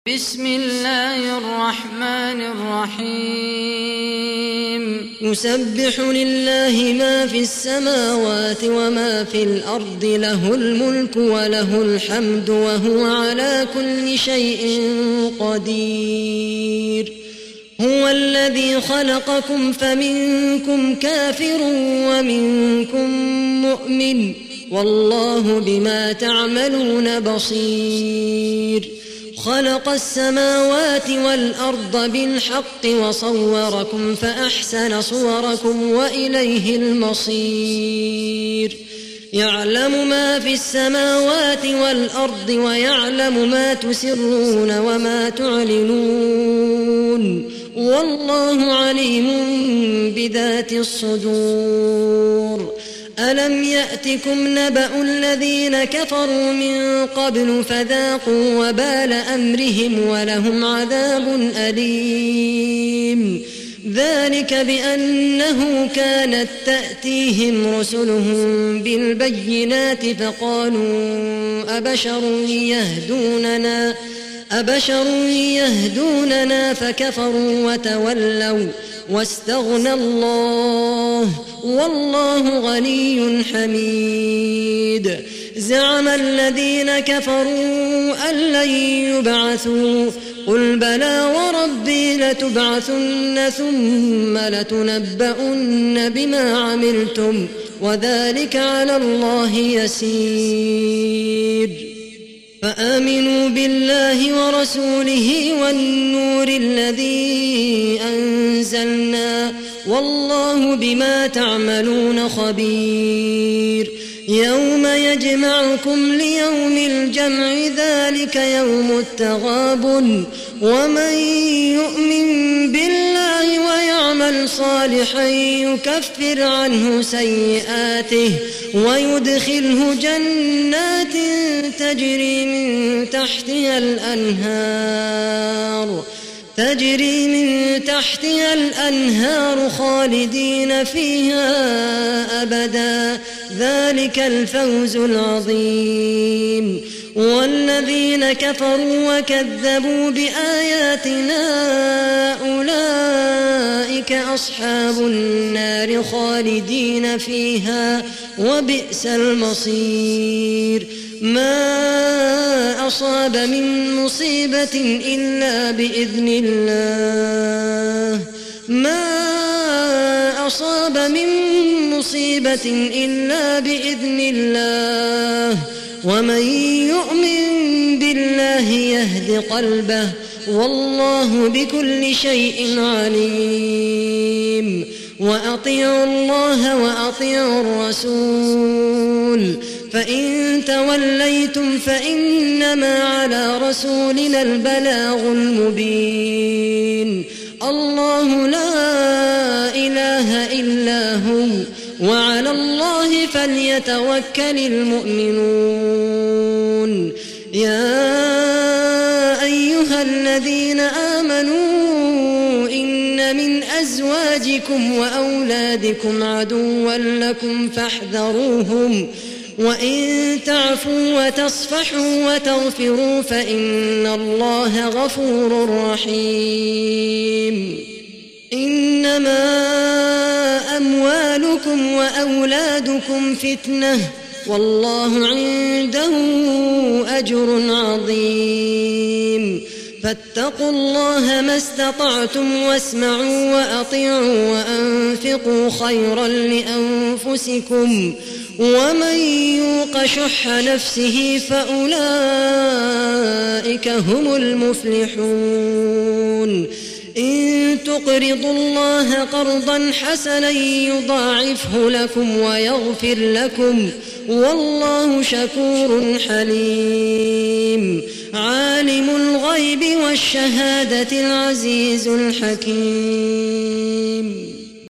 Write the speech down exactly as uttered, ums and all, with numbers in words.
بسم الله الرحمن الرحيم يسبح لله ما في السماوات وما في الأرض له الملك وله الحمد وهو على كل شيء قدير هو الذي خلقكم فمنكم كافر ومنكم مؤمن والله بما تعملون بصير خلق السماوات والأرض بالحق وصوركم فأحسن صوركم وإليه المصير يعلم ما في السماوات والأرض ويعلم ما تسرون وما تعلنون والله عليم بذات الصدور ألم يأتكم نبأ الذين كفروا من قبل فذاقوا وبال أمرهم ولهم عذاب أليم ذلك بأنه كانت تأتيهم رسلهم بالبينات فقالوا أبشر يهدوننا أبشر يهدوننا فكفروا وتولوا واستغنى الله والله غني حميد زعم الذين كفروا أن لن يبعثوا قل بلى وربي لتبعثن ثم لتنبؤن بما عملتم وذلك على الله يسير فآمنوا بالله ورسوله والنور الذي أنزلنا والله بما تعملون خبير يوم يجمعكم ليوم الجمع ذلك يوم التغابن ومن يؤمن بالله ويعمل صالحا يكفر عنه سيئاته ويدخله جنات تجري من تحتها الأنهار تجري من تحتها الأنهار خالدين فيها أبدا ذلك الفوز العظيم والذين كفروا وكذبوا بآياتنا أولئك أصحاب النار خالدين فيها وبئس المصير ما أصاب من مصيبة إلا بإذن الله ما أصاب من مصيبة إلا بإذن الله ومن يؤمن بالله يهد قلبه والله بكل شيء عليم وأطيعوا الله وأطيعوا الرسول فإن توليتم فإنما على رسولنا البلاغ المبين الله لا إله إلا هو وعلى الله فليتوكل المؤمنون يا أيها الذين آمنوا إن من أزواجكم وأولادكم عدوا لكم فاحذروهم وإن تعفوا وتصفحوا وتغفروا فإن الله غفور رحيم إنما أموالكم وأولادكم فتنة والله عنده أجر عظيم فاتقوا الله ما استطعتم واسمعوا وأطيعوا وأنفقوا خيرا لأنفسكم ومن يوق شح نفسه فأولئك هم المفلحون إن تقرضوا الله قرضا حسنا يضاعفه لكم ويغفر لكم والله شكور حليم عالم الغيب والشهادة العزيز الحكيم